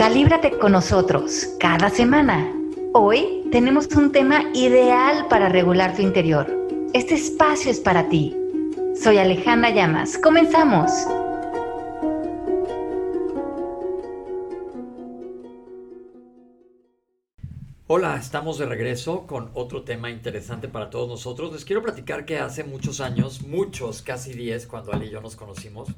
Calíbrate con nosotros cada semana. Hoy tenemos un tema ideal para regular tu interior. Este espacio es para ti. Soy Alejandra Llamas. ¡Comenzamos! Hola, estamos de regreso con otro tema interesante para todos nosotros. Les quiero platicar que hace muchos años, casi 10, cuando Ale y yo nos conocimos,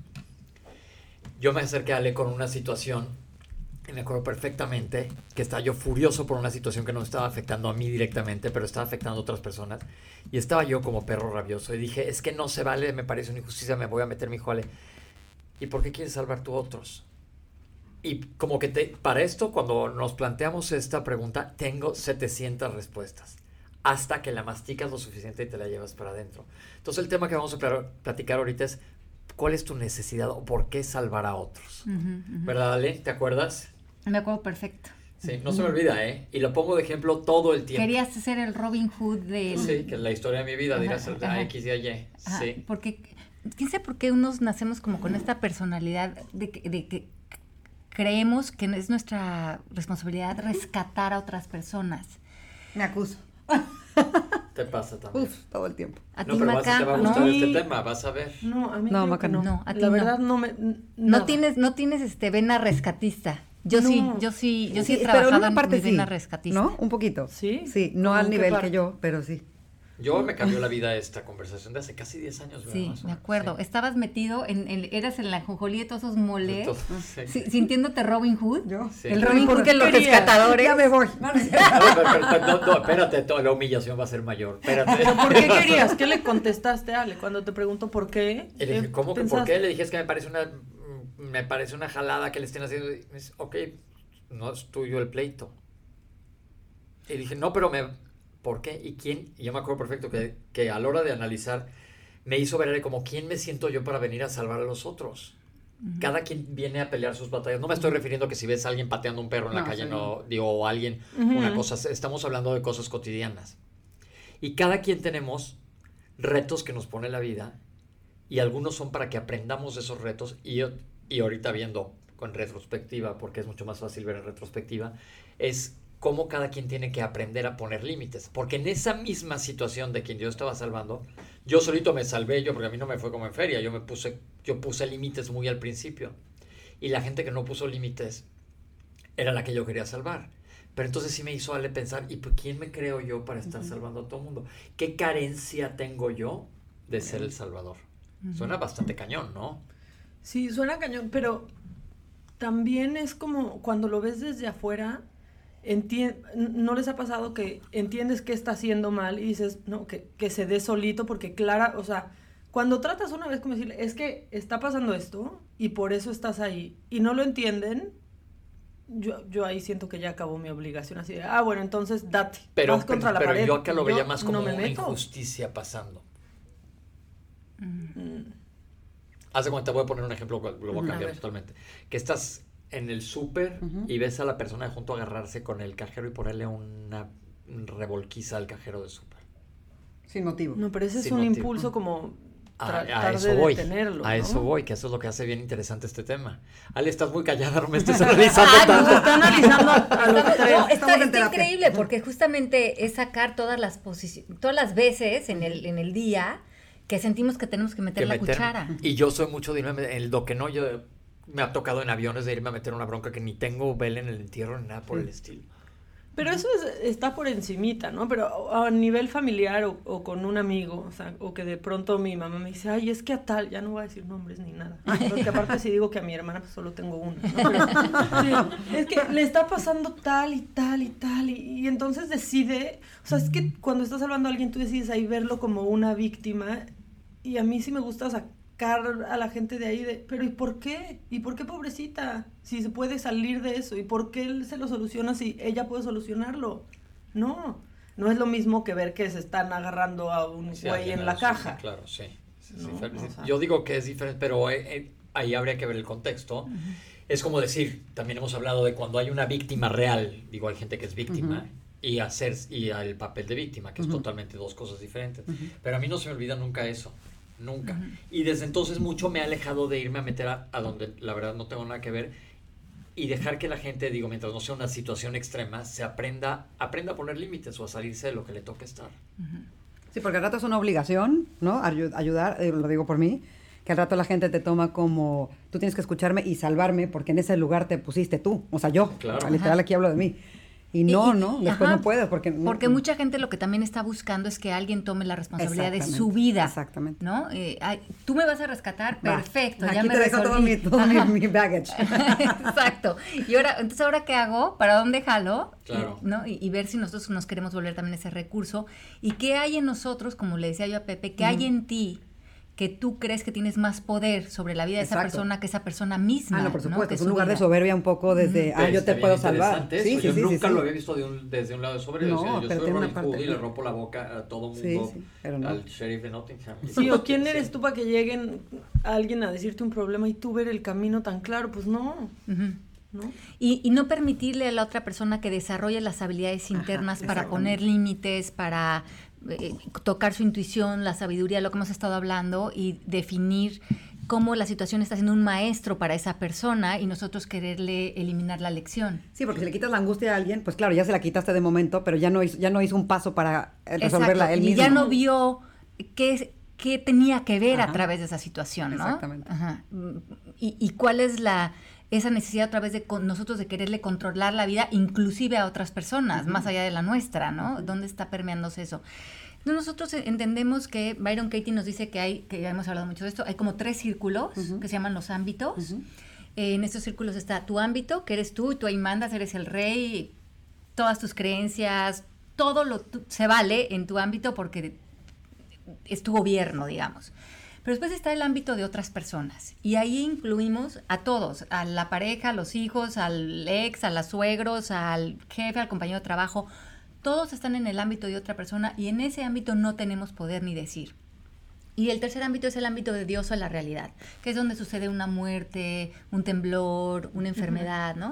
yo me acerqué a Ale con una situación, y me acuerdo perfectamente que estaba yo furioso por una situación que no me estaba afectando a mí directamente, pero estaba afectando a otras personas. Y estaba yo como perro rabioso y dije, es que no se vale, me parece una injusticia, me voy a meter, mi hijo Ale. ¿Y por qué quieres salvar tú a otros? Y como que para esto, cuando nos planteamos esta pregunta, tengo 700 respuestas. Hasta que la masticas lo suficiente y te la llevas para adentro. Entonces el tema que vamos a platicar ahorita es ¿cuál es tu necesidad o por qué salvar a otros? ¿Verdad, Ale? ¿Te acuerdas? Me acuerdo perfecto. Sí, no se me olvida, ¿eh? Y lo pongo de ejemplo todo el tiempo. Querías ser el Robin Hood de... Sí, que es la historia de mi vida, dirás a X y a Y. Ajá, Sí. porque, quién sabe por qué unos nacemos como con esta personalidad de que creemos que es nuestra responsabilidad rescatar a otras personas. Me acuso. Te pasa también. Uf, todo el tiempo. A No, ti, pero Maca, te va a ¿no? gustar este tema, vas a ver. No, a mí No, creo Maca, que no. no. A ti La no. verdad no me... No nada. tienes vena rescatista. Yo No. sí he Pero en trabajado una parte en mi vena sí, rescatista. ¿no? Un poquito. ¿Sí? Sí, no ¿Cómo al en qué nivel parte? que yo, pero sí. Yo me cambió la vida esta conversación de hace casi 10 años. ¿verdad? Sí, Más o me menos. acuerdo. Sí. Estabas metido eras en la jonjolí de todos esos molés, Sí. sintiéndote Robin Hood. Yo. Sí. El Robin Hood Porque de los quería. rescatadores. Ya me voy. No, espérate, la humillación va a ser mayor. Espérate. ¿Por qué querías? ¿Qué le contestaste a Ale cuando te preguntó por qué? Y le dije, ¿cómo que por pensaste? qué? Le dije, es que me parece una jalada que le estén haciendo. Y me dice, ok, no es tuyo el pleito. Y dije, no, pero ¿por qué? ¿Y quién? Y yo me acuerdo perfecto que a la hora de analizar me hizo ver como quién me siento yo para venir a salvar a los otros. Cada quien viene a pelear sus batallas. No me estoy refiriendo que si ves a alguien pateando un perro en la calle, sí. no digo, o alguien, una cosa, estamos hablando de cosas cotidianas. Y cada quien tenemos retos que nos pone la vida y algunos son para que aprendamos de esos retos y ahorita viendo con retrospectiva, porque es mucho más fácil ver en retrospectiva, es cómo cada quien tiene que aprender a poner límites. Porque en esa misma situación de quien yo estaba salvando, yo solito me salvé porque a mí no me fue como en feria. Yo puse límites muy al principio. Y la gente que no puso límites era la que yo quería salvar. Pero entonces sí me hizo Ale pensar, ¿y pues quién me creo yo para estar salvando a todo el mundo? ¿Qué carencia tengo yo de ser el salvador? Suena bastante cañón, ¿no? Sí, suena cañón, pero también es como cuando lo ves desde afuera, ¿no les ha pasado que entiendes que está haciendo mal y dices, no, que se dé solito? Porque o sea, cuando tratas una vez como decirle, es que está pasando esto y por eso estás ahí, y no lo entienden, yo ahí siento que ya acabó mi obligación, así de, bueno, entonces date, vas contra la pared. Yo acá lo veía más como no me una meto. injusticia pasando. Haz de cuenta, voy a poner un ejemplo, lo voy a cambiar totalmente. Que estás en el súper y ves a la persona de junto agarrarse con el cajero y ponerle una revolquiza al cajero de súper. Sin motivo. No, pero ese es Sin un motivo. impulso como A tratar eso de voy, detenerlo, a ¿no? eso voy, que eso es lo que hace bien interesante este tema. Ale, estás muy callada, no me estés analizando Nos tanto. está analizando a los tres. No, Estamos en está terapia. increíble porque justamente es sacar todas las veces en el día que sentimos que tenemos que meter la cuchara. Y yo soy mucho de irme, en lo que no, yo me ha tocado en aviones de irme a meter una bronca que ni tengo vela en el entierro ni nada por el estilo. Pero eso está por encimita, ¿no? Pero a nivel familiar o con un amigo, o sea, o que de pronto mi mamá me dice, ay, es que a tal, ya no voy a decir nombres ni nada. Porque aparte si digo que a mi hermana pues solo tengo una, ¿no? Pero, sí, es que le está pasando tal y tal y tal, y entonces decide, o sea, es que cuando estás salvando a alguien tú decides ahí verlo como una víctima, y a mí sí me gusta sacar a la gente de ahí pero ¿y por qué? ¿Y por qué pobrecita? Si se puede salir de eso, ¿y por qué él se lo soluciona si ella puede solucionarlo? No es lo mismo que ver que se están agarrando a un güey en la caja. Sí, claro, sí. No, o sea. Yo digo que es diferente, pero ahí habría que ver el contexto. Es como decir, también hemos hablado de cuando hay una víctima real, digo, hay gente que es víctima, y el papel de víctima, que es totalmente dos cosas diferentes. Pero a mí no se me olvida nunca eso. Y desde entonces mucho me he alejado de irme a meter a donde la verdad no tengo nada que ver. y dejar que la gente, digo, mientras no sea una situación extrema, se aprenda a poner límites o a salirse de lo que le toca estar. Sí, porque al rato es una obligación, ¿no? Ayudar, lo digo por mí, que al rato la gente te toma como, tú tienes que escucharme y salvarme porque en ese lugar te pusiste tú, o sea, yo, Claro. literal aquí hablo de mí. Y no, después ajá, no puedes porque... Porque mucha gente lo que también está buscando es que alguien tome la responsabilidad de su vida. Exactamente. ¿No? Tú me vas a rescatar, Va, perfecto, aquí ya me te dejo resolví. todo mi baggage. Exacto. Y entonces ahora ¿qué hago? ¿Para dónde jalo? Claro. ¿No? Y ver si nosotros nos queremos volver también ese recurso. ¿Y qué hay en nosotros, como le decía yo a Pepe, qué hay en ti que tú crees que tienes más poder sobre la vida de esa Exacto. persona que esa persona misma? No, por supuesto, Que es un su lugar de vida. soberbia un poco desde, yo te Está puedo bien salvar. interesante eso. Sí, Yo sí, nunca sí. lo había visto desde un lado de soberbia. No, Yo pero soy tiene una Robin parte- Hood y le rompo la boca a todo mundo, Sí, pero no. al sheriff de Nottingham. Sí, o quién eres tú para que lleguen alguien a decirte un problema y tú ver el camino tan claro, pues no, Ujú. ¿no? Y no permitirle a la otra persona que desarrolle las habilidades internas para exactamente. poner límites, para tocar su intuición, la sabiduría, lo que hemos estado hablando, y definir cómo la situación está siendo un maestro para esa persona y nosotros quererle eliminar la lección. Sí, porque si le quitas la angustia a alguien, pues claro, ya se la quitaste de momento, pero ya no hizo un paso para resolverla Exacto, él y mismo. ya no vio qué tenía que ver a Ajá. través de esa situación, ¿no? Exactamente. Ajá. Y cuál es esa necesidad a través de nosotros de quererle controlar la vida, inclusive a otras personas, más allá de la nuestra, ¿no? ¿Dónde está permeándose eso? Nosotros entendemos que Byron Katie nos dice que ya hemos hablado mucho de esto, hay como 3 círculos que se llaman los ámbitos. En estos círculos está tu ámbito, que eres tú, y tú ahí mandas, eres el rey, todas tus creencias, todo se vale en tu ámbito porque es tu gobierno, digamos. Pero después está el ámbito de otras personas, y ahí incluimos a todos, a la pareja, a los hijos, al ex, a los suegros, al jefe, al compañero de trabajo. Todos están en el ámbito de otra persona, y en ese ámbito no tenemos poder ni decir. Y el tercer ámbito es el ámbito de Dios o la realidad, que es donde sucede una muerte, un temblor, una enfermedad, ¿no?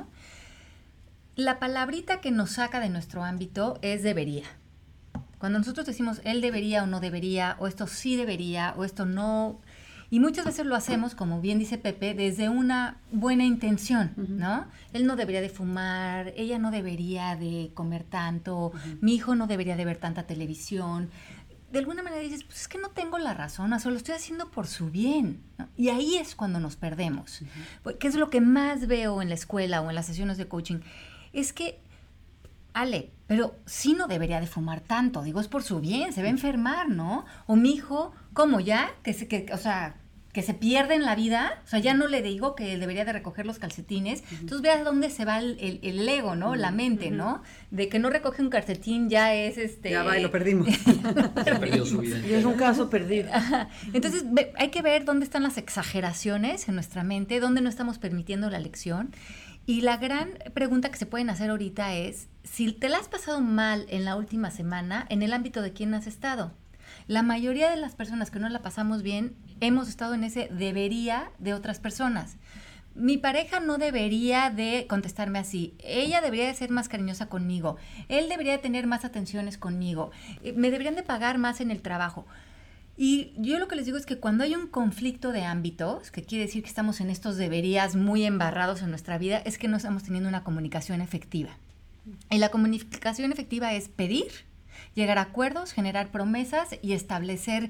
La palabrita que nos saca de nuestro ámbito es debería. Cuando nosotros decimos él debería o no debería, o esto sí debería, o esto no, y muchas veces lo hacemos, como bien dice Pepe, desde una buena intención, ¿no? Él no debería de fumar, ella no debería de comer tanto, mi hijo no debería de ver tanta televisión. De alguna manera dices, pues es que no tengo la razón, o sea, lo estoy haciendo por su bien, ¿no? Y ahí es cuando nos perdemos. ¿Qué es lo que más veo en la escuela o en las sesiones de coaching? Es que, Ale, pero sí no debería de fumar tanto, digo, es por su bien, se va a enfermar, ¿no? O mi hijo, ¿cómo ya? Que se pierde en la vida, o sea, ya no le digo que debería de recoger los calcetines, entonces ve a dónde se va el ego, ¿no? La mente, ¿no? De que no recoge un calcetín ya es Ya va y lo perdimos. Ya ha perdido su vida Y es un entera. caso perdido. Ajá. Entonces hay que ver dónde están las exageraciones en nuestra mente, dónde no estamos permitiendo la lección. Y la gran pregunta que se pueden hacer ahorita es, si te la has pasado mal en la última semana, ¿en el ámbito de quién has estado? La mayoría de las personas que no la pasamos bien, hemos estado en ese debería de otras personas. Mi pareja no debería de contestarme así, ella debería de ser más cariñosa conmigo, él debería de tener más atenciones conmigo, me deberían de pagar más en el trabajo. Y yo lo que les digo es que cuando hay un conflicto de ámbitos, que quiere decir que estamos en estos deberías muy embarrados en nuestra vida, es que no estamos teniendo una comunicación efectiva. Y la comunicación efectiva es pedir, llegar a acuerdos, generar promesas y establecer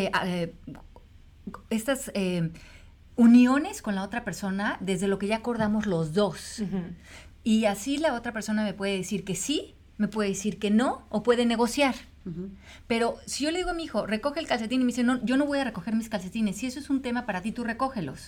estas uniones con la otra persona desde lo que ya acordamos los dos. Y así la otra persona me puede decir que sí, me puede decir que no, o puede negociar. Pero si yo le digo a mi hijo, recoge el calcetín, y me dice, no, yo no voy a recoger mis calcetines, si eso es un tema para ti, tú recógelos.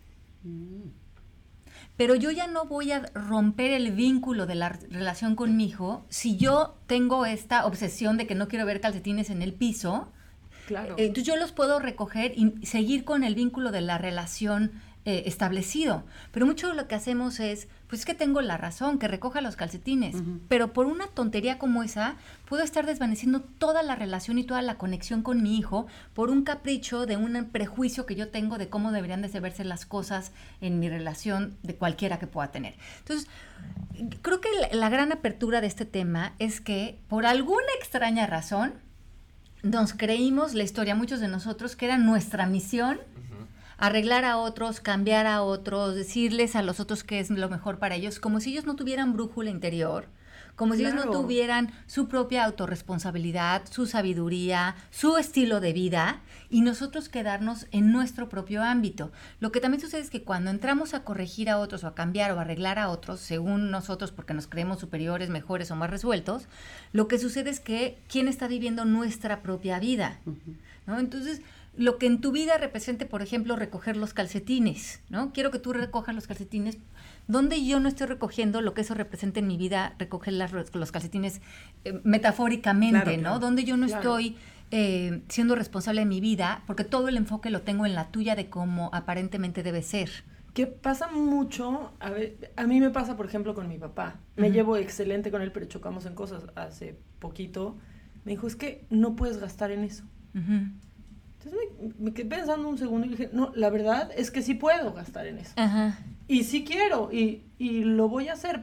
Pero yo ya no voy a romper el vínculo de la relación con mi hijo si yo tengo esta obsesión de que no quiero ver calcetines en el piso. Claro. Entonces yo los puedo recoger y seguir con el vínculo de la relación establecido. Pero mucho de lo que hacemos es, pues es que tengo la razón, que recoja los calcetines. Pero por una tontería como esa, puedo estar desvaneciendo toda la relación y toda la conexión con mi hijo por un capricho de un prejuicio que yo tengo de cómo deberían de verse las cosas en mi relación de cualquiera que pueda tener. Entonces, creo que la gran apertura de este tema es que por alguna extraña razón nos creímos la historia, muchos de nosotros, que era nuestra misión arreglar a otros, cambiar a otros, decirles a los otros qué es lo mejor para ellos, como si ellos no tuvieran brújula interior, como si ellos no tuvieran su propia autorresponsabilidad, su sabiduría, su estilo de vida, y nosotros quedarnos en nuestro propio ámbito. Lo que también sucede es que cuando entramos a corregir a otros o a cambiar o a arreglar a otros, según nosotros, porque nos creemos superiores, mejores o más resueltos, lo que sucede es que ¿quién está viviendo nuestra propia vida? ¿No? Entonces, lo que en tu vida represente, por ejemplo, recoger los calcetines, ¿no? Quiero que tú recojas los calcetines. Donde yo no estoy recogiendo lo que eso representa en mi vida, recoger los calcetines metafóricamente, claro, ¿no? Donde yo no estoy siendo responsable de mi vida, porque todo el enfoque lo tengo en la tuya de cómo aparentemente debe ser. Que pasa mucho, a mí me pasa, por ejemplo, con mi papá. Me llevo excelente con él, pero chocamos en cosas hace poquito. Me dijo, es que no puedes gastar en eso. Entonces me quedé pensando un segundo y dije, no, la verdad es que sí puedo gastar en eso. Y sí quiero, y lo voy a hacer.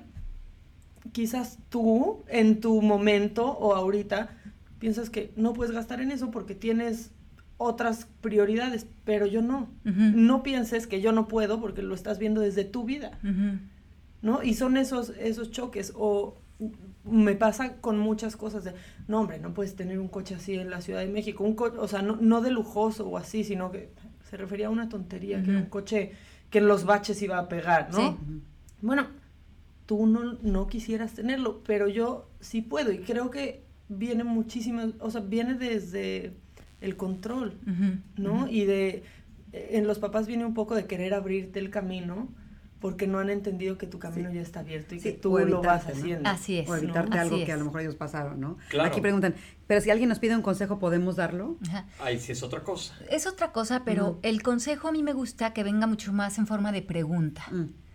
Quizás tú, en tu momento o ahorita, piensas que no puedes gastar en eso porque tienes otras prioridades, pero yo no. No pienses que yo no puedo porque lo estás viendo desde tu vida, ¿no? Y son esos choques. O me pasa con muchas cosas de, no, hombre, no puedes tener un coche así en la Ciudad de México. O sea, no de lujoso o así, sino que se refería a una tontería, que era un coche que en los baches iba a pegar, ¿no? Sí. Bueno, tú no quisieras tenerlo, pero yo sí puedo, y creo que viene viene desde el control, ¿no? Y en los papás viene un poco de querer abrirte el camino, porque no han entendido que tu camino ya está abierto y que tú lo vas haciendo. ¿No? Así es. O evitarte algo que a lo mejor ellos pasaron, ¿no? Claro. Aquí preguntan, pero si alguien nos pide un consejo, ¿podemos darlo? Ahí sí es otra cosa. Es otra cosa, pero el consejo a mí me gusta que venga mucho más en forma de pregunta.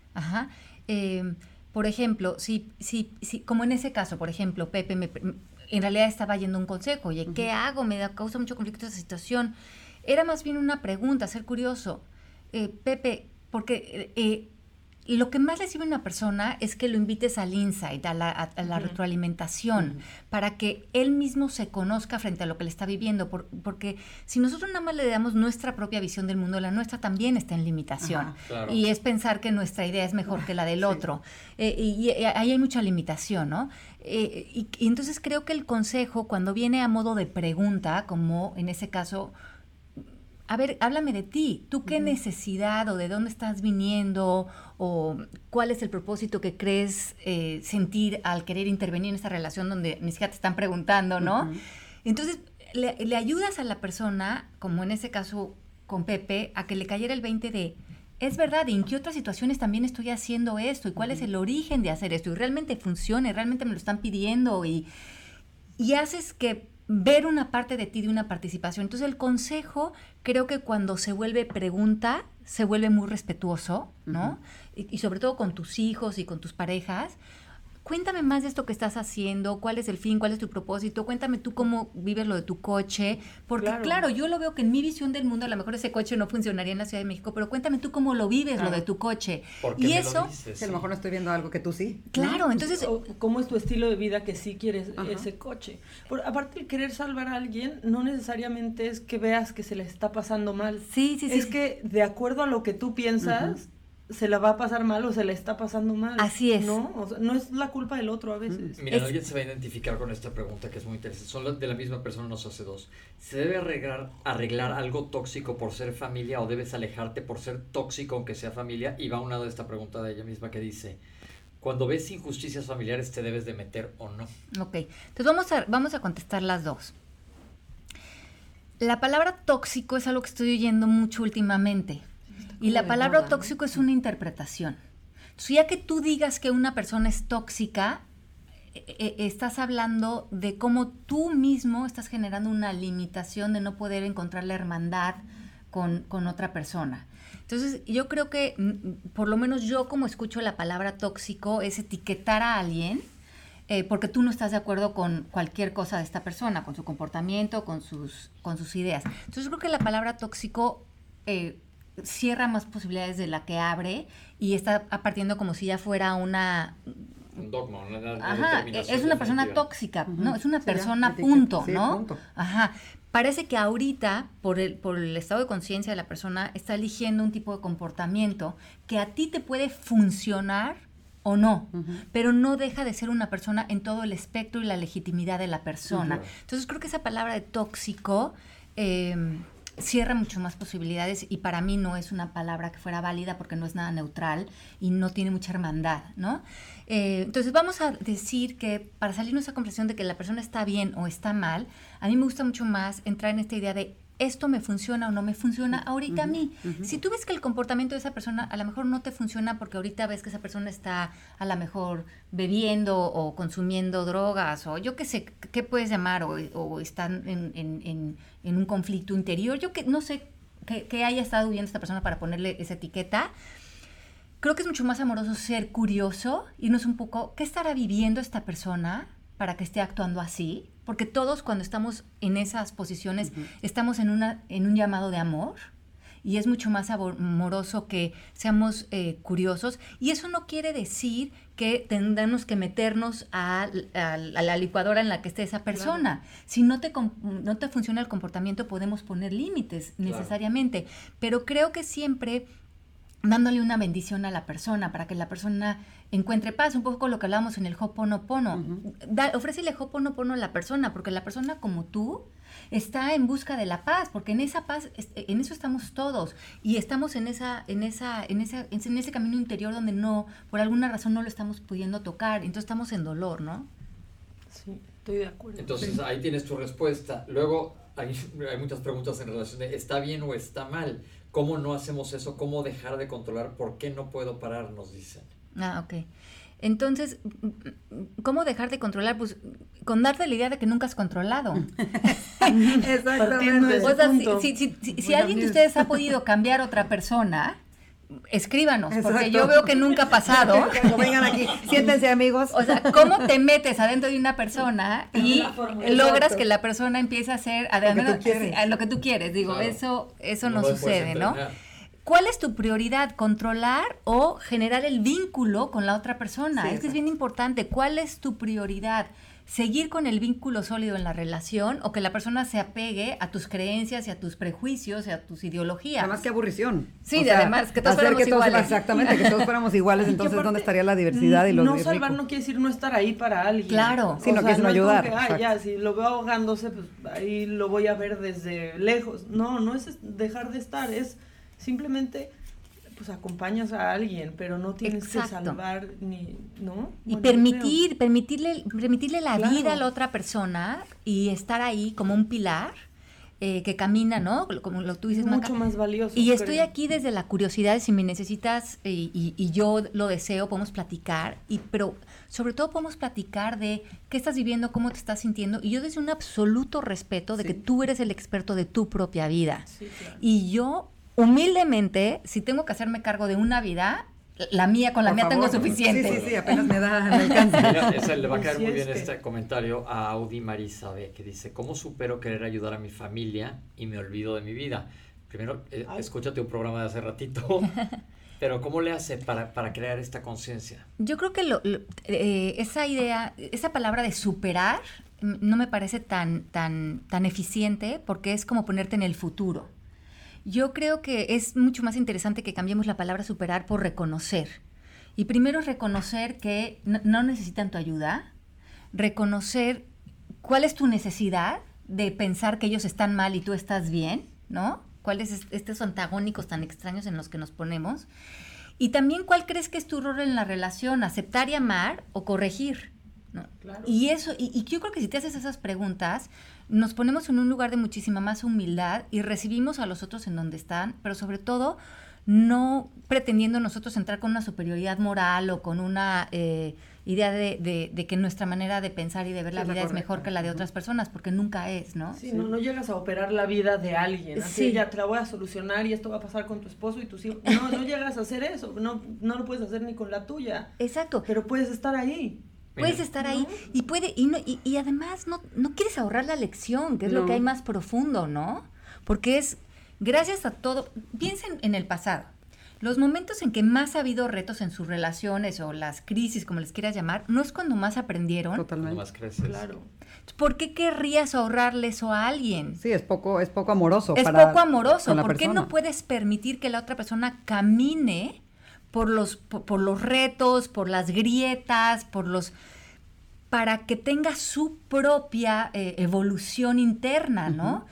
Por ejemplo, si como en ese caso, por ejemplo, Pepe en realidad estaba yendo un consejo. Oye, ¿qué hago? Me causa mucho conflicto esa situación. Era más bien una pregunta, ser curioso. Pepe, porque lo que más le sirve a una persona es que lo invites al insight, a la retroalimentación, para que él mismo se conozca frente a lo que le está viviendo, porque si nosotros nada más le damos nuestra propia visión del mundo, la nuestra también está en limitación, claro. Y es pensar que nuestra idea es mejor que la del otro, y ahí hay mucha limitación, ¿no? Y entonces creo que el consejo, cuando viene a modo de pregunta, como en ese caso, a ver, háblame de ti. ¿Tú qué necesidad o de dónde estás viniendo o cuál es el propósito que crees sentir al querer intervenir en esta relación donde ni siquiera te están preguntando, ¿no? Entonces, le ayudas a la persona, como en ese caso con Pepe, a que le cayera el 20 de, es verdad, ¿y en qué otras situaciones también estoy haciendo esto? ¿Y cuál es el origen de hacer esto? Y realmente funciona, realmente me lo están pidiendo y haces que ver una parte de ti, de una participación. Entonces el consejo, creo que cuando se vuelve pregunta, se vuelve muy respetuoso, ¿no? Y sobre todo con tus hijos y con tus parejas. Cuéntame más de esto que estás haciendo, cuál es el fin, cuál es tu propósito, cuéntame tú cómo vives lo de tu coche, porque claro, yo lo veo que en mi visión del mundo a lo mejor ese coche no funcionaría en la Ciudad de México, pero cuéntame tú cómo lo vives, lo de tu coche. Y eso, dices, a lo mejor no estoy viendo algo que tú sí. Claro, ¿no? Entonces, ¿cómo es tu estilo de vida que sí quieres ese coche? Aparte, el querer salvar a alguien no necesariamente es que veas que se le está pasando mal. Sí. Es que de acuerdo a lo que tú piensas, se la va a pasar mal o se le está pasando mal. Así es. ¿No? O sea, no es la culpa del otro a veces. Mira, alguien se va a identificar con esta pregunta que es muy interesante. Son de la misma persona, nos hace dos. ¿Se debe arreglar algo tóxico por ser familia o debes alejarte por ser tóxico aunque sea familia? Y va una de esta pregunta de ella misma que dice, cuando ves injusticias familiares, ¿te debes de meter o no? Ok, entonces vamos a contestar las dos. La palabra tóxico es algo que estoy oyendo mucho últimamente. Y la palabra tóxico es una interpretación. Entonces, ya que tú digas que una persona es tóxica, estás hablando de cómo tú mismo estás generando una limitación de no poder encontrar la hermandad con otra persona. Entonces, yo creo que, por lo menos yo como escucho la palabra tóxico, es etiquetar a alguien porque tú no estás de acuerdo con cualquier cosa de esta persona, con su comportamiento, con sus ideas. Entonces, yo creo que la palabra tóxico cierra más posibilidades de la que abre y está partiendo como si ya fuera un dogma, una Ajá, determinación es una persona definitiva. tóxica, ¿no? Es una Sí, ya, persona, etiqueta. punto, Sí, ¿no? punto. Ajá. Parece que ahorita, por el estado de conciencia de la persona, está eligiendo un tipo de comportamiento que a ti te puede funcionar o no, pero no deja de ser una persona en todo el espectro y la legitimidad de la persona. Entonces creo que esa palabra de tóxico cierra mucho más posibilidades y para mí no es una palabra que fuera válida porque no es nada neutral y no tiene mucha hermandad, ¿no? Entonces vamos a decir que para salirnos de esa conversación de que la persona está bien o está mal, a mí me gusta mucho más entrar en esta idea de esto me funciona o no me funciona ahorita a mí. Si tú ves que el comportamiento de esa persona a lo mejor no te funciona porque ahorita ves que esa persona está a lo mejor bebiendo o consumiendo drogas o yo qué sé, ¿qué puedes llamar? O están en un conflicto interior, yo que no sé qué haya estado viviendo esta persona para ponerle esa etiqueta. Creo que es mucho más amoroso ser curioso, irnos un poco, ¿qué estará viviendo esta persona para que esté actuando así? Porque todos cuando estamos en esas posiciones estamos en un llamado de amor y es mucho más amoroso que seamos curiosos y eso no quiere decir que tengamos que meternos a la licuadora en la que esté esa persona. Claro. Si no te funciona el comportamiento podemos poner límites necesariamente, pero creo que siempre dándole una bendición a la persona para que la persona encuentre paz, un poco lo que hablábamos en el Ho'oponopono. Ofrécele Ho'oponopono a la persona, porque la persona como tú está en busca de la paz, porque en esa paz, en eso estamos todos, y estamos en ese camino interior donde no, por alguna razón no lo estamos pudiendo tocar, entonces estamos en dolor, ¿no? Sí, estoy de acuerdo. Entonces ahí tienes tu respuesta. Luego hay muchas preguntas en relación de ¿está bien o está mal? ¿Cómo no hacemos eso? ¿Cómo dejar de controlar? ¿Por qué no puedo parar? Nos dicen. Ah, ok. Entonces, ¿cómo dejar de controlar? Pues con darte la idea de que nunca has controlado. Exactamente. O sea, si alguien de ustedes ha podido cambiar a otra persona, escríbanos, porque Exacto. yo veo que nunca ha pasado. Vengan aquí, siéntense amigos. O sea, ¿cómo te metes adentro de una persona y logras que la persona empiece a hacer lo que tú quieres? Digo, claro. eso no sucede, ¿no? ¿Cuál es tu prioridad? ¿Controlar o generar el vínculo con la otra persona? Sí, es que es bien importante. ¿Cuál es tu prioridad? ¿Seguir con el vínculo sólido en la relación o que la persona se apegue a tus creencias y a tus prejuicios y a tus ideologías? Además, qué aburrición. Sí, además, que todos fuéramos iguales. Exactamente, que todos fuéramos iguales, entonces, aparte, ¿dónde estaría la diversidad y lo no rico? salvar no quiere decir no estar ahí para alguien. Claro. Sino que es no ayudar. Es como que, ya, si lo veo ahogándose, pues ahí lo voy a ver desde lejos. No es dejar de estar, es simplemente pues acompañas a alguien, pero no tienes que salvar ni, ¿no? Y bueno, permitirle la vida a la otra persona y estar ahí como un pilar que camina, ¿no? Como lo tú dices, mucho más valioso. Y estoy aquí desde la curiosidad, si me necesitas y yo lo deseo, podemos platicar, pero sobre todo podemos platicar de qué estás viviendo, cómo te estás sintiendo, y yo desde un absoluto respeto de que tú eres el experto de tu propia vida. Sí, claro. Y yo humildemente, si tengo que hacerme cargo de una vida, la mía, con la mía tengo suficiente. Sí, apenas me alcanza. Mira, le va a caer muy bien este comentario a Audi Marisabe, que dice, ¿cómo supero querer ayudar a mi familia y me olvido de mi vida? Primero, escúchate un programa de hace ratito, pero ¿cómo le hace para crear esta conciencia? Yo creo que esa idea, esa palabra de superar, no me parece tan eficiente, porque es como ponerte en el futuro. Yo creo que es mucho más interesante que cambiemos la palabra superar por reconocer. Y primero reconocer que no necesitan tu ayuda, reconocer cuál es tu necesidad de pensar que ellos están mal y tú estás bien, ¿no? ¿Cuáles estos antagónicos tan extraños en los que nos ponemos? Y también cuál crees que es tu rol en la relación, aceptar y amar o corregir, ¿no? Claro. Y eso, y yo creo que si te haces esas preguntas, nos ponemos en un lugar de muchísima más humildad y recibimos a los otros en donde están, pero sobre todo no pretendiendo nosotros entrar con una superioridad moral o con una idea de que nuestra manera de pensar y de ver la vida es mejor que la de otras personas, porque nunca es, ¿no? Sí, no llegas a operar la vida de alguien, así ya te la voy a solucionar y esto va a pasar con tu esposo y tus hijos. No llegas a hacer eso, no lo puedes hacer ni con la tuya. Exacto. Pero puedes estar ahí. Puedes estar ahí y además no quieres ahorrar la lección, que es lo que hay más profundo, ¿no? Porque es gracias a todo. Piensen en el pasado. los momentos en que más ha habido retos en sus relaciones o las crisis, como les quieras llamar, no es cuando más aprendieron. Totalmente. Cuando más creces. Claro. ¿Por qué querrías ahorrarle eso a alguien? Sí, es poco amoroso. Es para, poco amoroso. con la ¿Por qué persona. no puedes permitir que la otra persona camine por los retos, por las grietas, para que tenga su propia evolución interna, ¿no?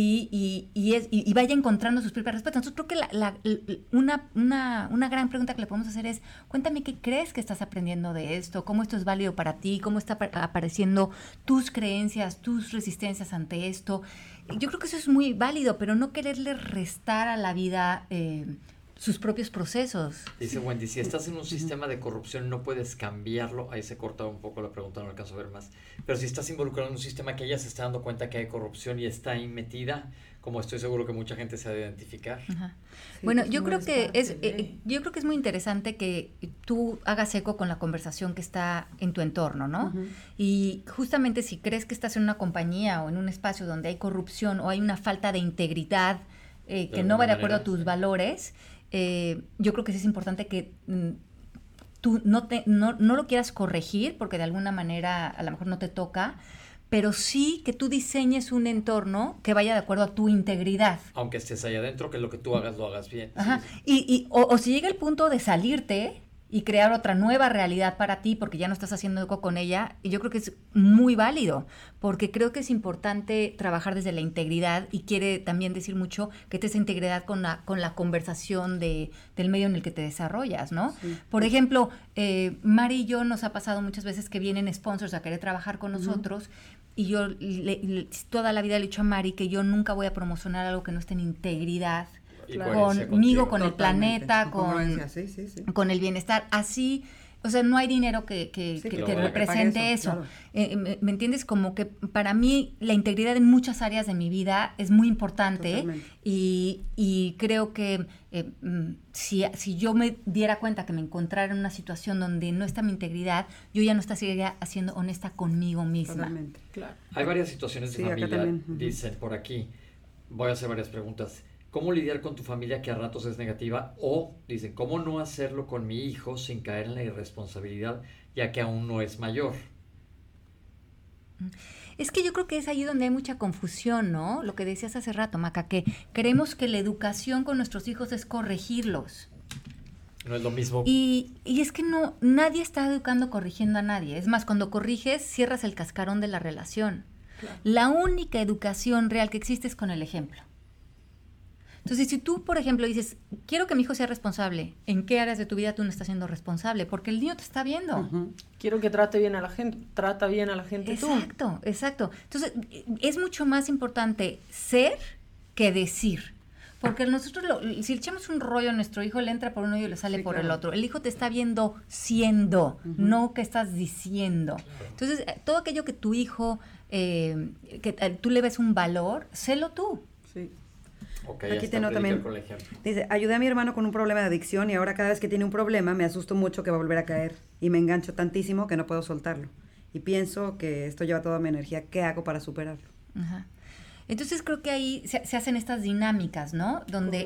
Y vaya encontrando sus propias respuestas. Entonces, creo que una gran pregunta que le podemos hacer es, cuéntame qué crees que estás aprendiendo de esto, cómo esto es válido para ti, cómo está apareciendo tus creencias, tus resistencias ante esto. Yo creo que eso es muy válido, pero no quererle restar a la vida sus propios procesos. Dice Wendy, si estás en un sistema de corrupción no puedes cambiarlo. Ahí se cortaba un poco la pregunta, no alcanzo a ver más. Pero si estás involucrado en un sistema que ella se está dando cuenta que hay corrupción y está ahí metida, como estoy seguro que mucha gente se ha de identificar. Ajá. Sí, Bueno, pues yo no creo es que parte yo creo que es muy interesante que tú hagas eco con la conversación que está en tu entorno, ¿no? Y justamente si crees que estás en una compañía o en un espacio donde hay corrupción o hay una falta de integridad que no va de acuerdo a tus valores, yo creo que sí es importante que tú no lo quieras corregir porque de alguna manera a lo mejor no te toca, pero sí que tú diseñes un entorno que vaya de acuerdo a tu integridad. Aunque estés ahí adentro, que lo que tú hagas lo hagas bien. Ajá. Sí. O si llega el punto de salirte y crear otra nueva realidad para ti porque ya no estás haciendo eco con ella, y yo creo que es muy válido, porque creo que es importante trabajar desde la integridad y quiere también decir mucho que esa integridad con la conversación del medio en el que te desarrollas, ¿no? Sí. Por ejemplo, Mari y yo nos ha pasado muchas veces que vienen sponsors a querer trabajar con nosotros y yo toda la vida le he dicho a Mari que yo nunca voy a promocionar algo que no esté en integridad. Conmigo, con el planeta, con el bienestar, así, o sea, no hay dinero que represente eso. Claro. ¿Me entiendes? Como que para mí la integridad en muchas áreas de mi vida es muy importante y creo que si yo me diera cuenta que me encontrara en una situación donde no está mi integridad, yo ya no estaría siendo honesta conmigo misma. Totalmente, claro. Hay varias situaciones de familia, dicen por aquí, voy a hacer varias preguntas. ¿Cómo lidiar con tu familia que a ratos es negativa? O, dicen, ¿cómo no hacerlo con mi hijo sin caer en la irresponsabilidad, ya que aún no es mayor? Es que yo creo que es ahí donde hay mucha confusión, ¿no? Lo que decías hace rato, Maca, que creemos que la educación con nuestros hijos es corregirlos. No es lo mismo. Y es que nadie está educando corrigiendo a nadie. Es más, cuando corriges, cierras el cascarón de la relación. Claro. La única educación real que existe es con el ejemplo. Entonces, si tú, por ejemplo, dices, quiero que mi hijo sea responsable, ¿en qué áreas de tu vida tú no estás siendo responsable? Porque el niño te está viendo. Quiero que trate bien a la gente, trata bien a la gente tú. Exacto. Entonces, es mucho más importante ser que decir. Porque nosotros, si le echamos un rollo a nuestro hijo, le entra por un oído y le sale por el otro. El hijo te está viendo siendo, no que estás diciendo. Claro. Entonces, todo aquello que tu hijo, que tú le ves un valor, sélo tú. Sí. Okay, aquí tengo también, dice, ayudé a mi hermano con un problema de adicción y ahora cada vez que tiene un problema me asusto mucho que va a volver a caer y me engancho tantísimo que no puedo soltarlo y pienso que esto lleva toda mi energía. ¿Qué hago para superarlo? Ajá. Entonces creo que ahí se hacen estas dinámicas, ¿no? Donde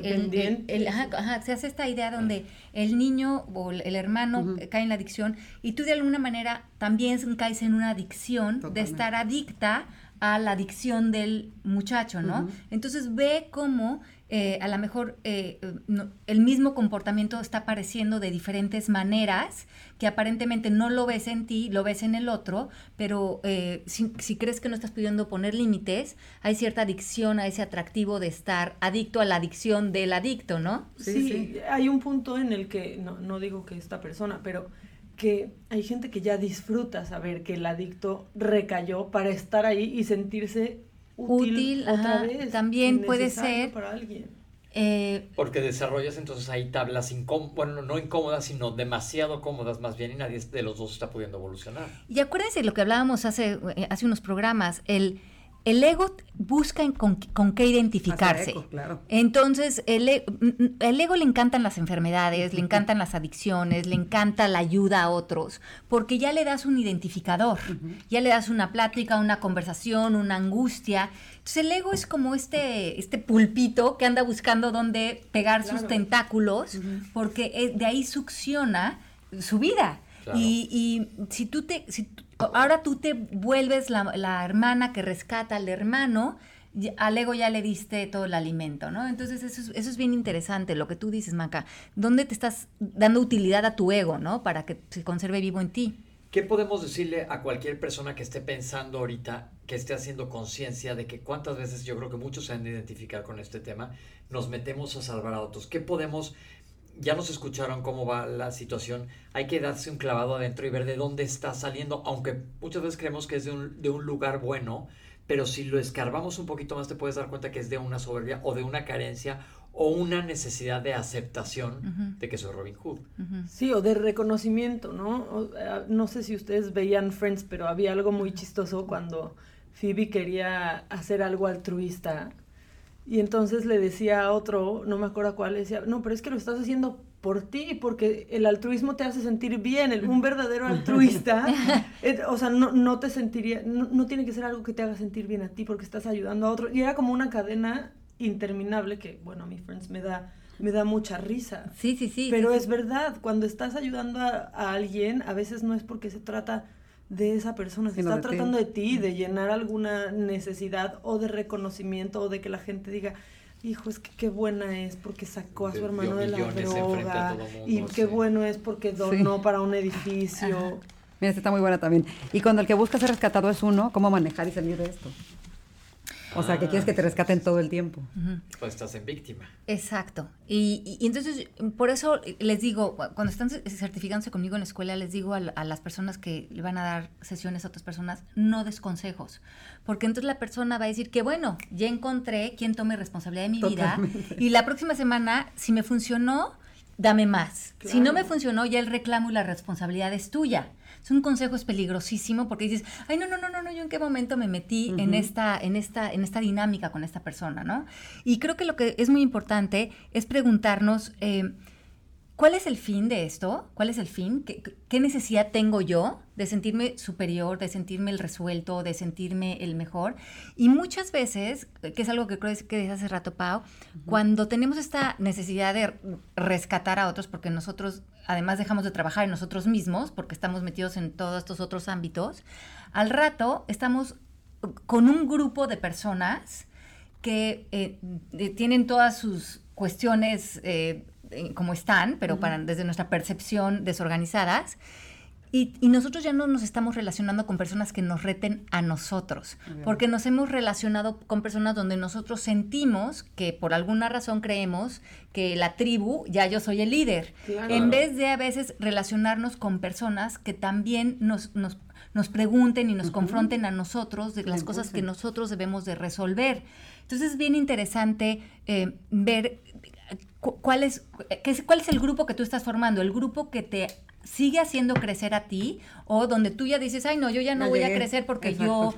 se hace esta idea donde el niño o el hermano cae en la adicción y tú de alguna manera también caes en una adicción. Totalmente. De estar adicta a la adicción del muchacho, ¿no? Entonces ve cómo a lo mejor el mismo comportamiento está apareciendo de diferentes maneras, que aparentemente no lo ves en ti, lo ves en el otro, pero si crees que no estás pudiendo poner límites, hay cierta adicción a ese atractivo de estar adicto a la adicción del adicto, ¿no? Sí. Hay un punto en el que, no digo que esta persona, pero que hay gente que ya disfruta saber que el adicto recayó para estar ahí y sentirse útil otra vez. También puede ser para alguien. Porque desarrollas entonces ahí tablas no incómodas, sino demasiado cómodas más bien, y nadie de los dos está pudiendo evolucionar. Y acuérdense lo que hablábamos hace unos programas, el ego busca con qué identificarse. Eco, claro. Entonces, el ego le encantan las enfermedades, le encantan las adicciones, le encanta la ayuda a otros, porque ya le das un identificador, ya le das una plática, una conversación, una angustia. Entonces, el ego es como este pulpito que anda buscando dónde pegar sus tentáculos, porque de ahí succiona su vida. Claro. Y ahora tú te vuelves la hermana que rescata al hermano, al ego ya le diste todo el alimento, ¿no? Entonces eso es bien interesante, lo que tú dices, Maca. ¿Dónde te estás dando utilidad a tu ego, ¿no? Para que se conserve vivo en ti. ¿Qué podemos decirle a cualquier persona que esté pensando ahorita, que esté haciendo conciencia de que cuántas veces, yo creo que muchos se han de identificar con este tema, nos metemos a salvar a otros? ¿Qué podemos... Ya nos escucharon cómo va la situación, hay que darse un clavado adentro y ver de dónde está saliendo, aunque muchas veces creemos que es de un lugar bueno, pero si lo escarbamos un poquito más te puedes dar cuenta que es de una soberbia o de una carencia o una necesidad de aceptación de que soy Robin Hood. Sí, o de reconocimiento, ¿no? No sé si ustedes veían Friends, pero había algo muy chistoso cuando Phoebe quería hacer algo altruista. Y entonces le decía a otro, no me acuerdo cuál, le decía, no, pero es que lo estás haciendo por ti, porque el altruismo te hace sentir bien, un verdadero altruista, o sea, no te sentiría, no tiene que ser algo que te haga sentir bien a ti, porque estás ayudando a otro. Y era como una cadena interminable que, bueno, a mi Friends me da mucha risa. Sí. Pero sí, es verdad, cuando estás ayudando a alguien, a veces no es porque se trata de esa persona, se está tratando de ti, de llenar alguna necesidad o de reconocimiento o de que la gente diga, hijo, es que qué buena es porque sacó a su hermano de la droga y qué bueno es porque donó para un edificio. Ajá. Mira, esta está muy buena también. Y cuando el que busca ser rescatado es uno, ¿cómo manejar y salir de esto? O sea, que quieres que te rescaten todo el tiempo. Pues estás en víctima. Exacto. Y entonces, por eso les digo, cuando están certificándose conmigo en la escuela, les digo a las personas que le van a dar sesiones a otras personas, no des consejos. Porque entonces la persona va a decir que, bueno, ya encontré quién tome responsabilidad de mi vida. Y la próxima semana, si me funcionó, dame más. Claro. Si no me funcionó, ya el reclamo y la responsabilidad es tuya. Es un consejo, es peligrosísimo porque dices, ay, no, yo en qué momento me metí en esta dinámica con esta persona, ¿no? Y creo que lo que es muy importante es preguntarnos, ¿cuál es el fin de esto? ¿Cuál es el fin? ¿Qué necesidad tengo yo de sentirme superior, de sentirme el resuelto, de sentirme el mejor? Y muchas veces, que es algo que creo que desde hace rato, Pau, cuando tenemos esta necesidad de rescatar a otros, porque nosotros además dejamos de trabajar en nosotros mismos, porque estamos metidos en todos estos otros ámbitos, al rato estamos con un grupo de personas que tienen todas sus cuestiones como están, pero desde nuestra percepción desorganizadas, y nosotros ya no nos estamos relacionando con personas que nos reten a nosotros, porque nos hemos relacionado con personas donde nosotros sentimos que por alguna razón creemos que la tribu, ya yo soy el líder, en vez de a veces relacionarnos con personas que también nos pregunten y nos confronten a nosotros de las cosas que nosotros debemos de resolver. Entonces es bien interesante ver cuál es el grupo que tú estás formando, el grupo que te sigue haciendo crecer a ti, o donde tú ya dices, ay no, yo ya no voy a crecer porque yo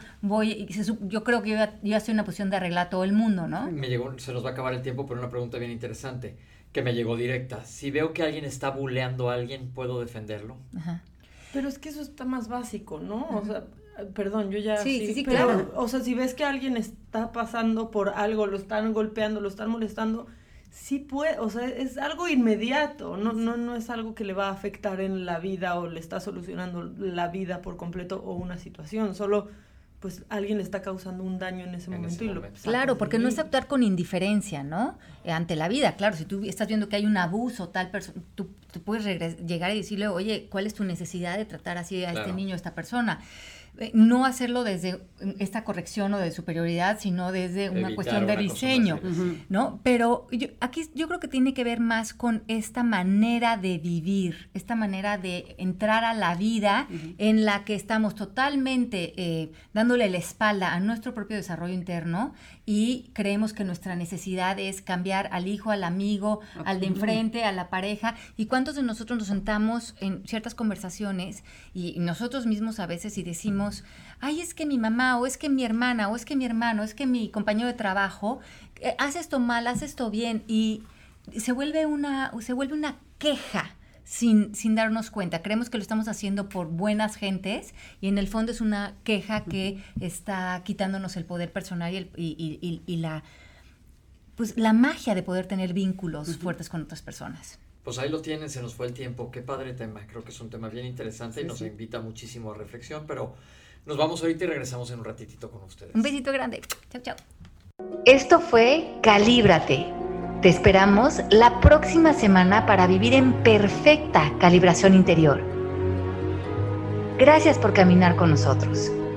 creo que yo ya estoy en una posición de arreglar a todo el mundo, ¿no? Se nos va a acabar el tiempo, pero una pregunta bien interesante que me llegó directa. Si veo que alguien está buleando a alguien, ¿puedo defenderlo? Ajá. Pero es que eso está más básico, ¿no? O sea, perdón, yo ya... Sí, pero, claro. O sea, si ves que alguien está pasando por algo, lo están golpeando, lo están molestando, sí puede, o sea, es algo inmediato, no es algo que le va a afectar en la vida o le está solucionando la vida por completo o una situación, solo pues alguien le está causando un daño en ese momento. Claro, porque no es actuar con indiferencia, ¿no? Ante la vida, claro, si tú estás viendo que hay un abuso, tal persona, tú puedes llegar y decirle, oye, ¿cuál es tu necesidad de tratar así a este niño, a esta persona? No hacerlo desde esta corrección o de superioridad, sino desde una cuestión de diseño, ¿no? Pero yo creo que tiene que ver más con esta manera de vivir, esta manera de entrar a la vida en la que estamos totalmente dándole la espalda a nuestro propio desarrollo interno y creemos que nuestra necesidad es cambiar al hijo, al amigo, al de enfrente, a la pareja. ¿Y cuántos de nosotros nos sentamos en ciertas conversaciones y nosotros mismos a veces y decimos, decimos, ay, es que mi mamá, o es que mi hermana, o es que mi hermano, es que mi compañero de trabajo, hace esto mal, hace esto bien, y se vuelve una queja sin darnos cuenta. Creemos que lo estamos haciendo por buenas gentes, y en el fondo es una queja que está quitándonos el poder personal y la magia de poder tener vínculos fuertes con otras personas. Pues ahí lo tienen, se nos fue el tiempo. Qué padre tema. Creo que es un tema bien interesante y nos invita muchísimo a reflexión, pero nos vamos ahorita y regresamos en un ratitito con ustedes. Un besito grande. Chau, chau. Esto fue Calíbrate. Te esperamos la próxima semana para vivir en perfecta calibración interior. Gracias por caminar con nosotros.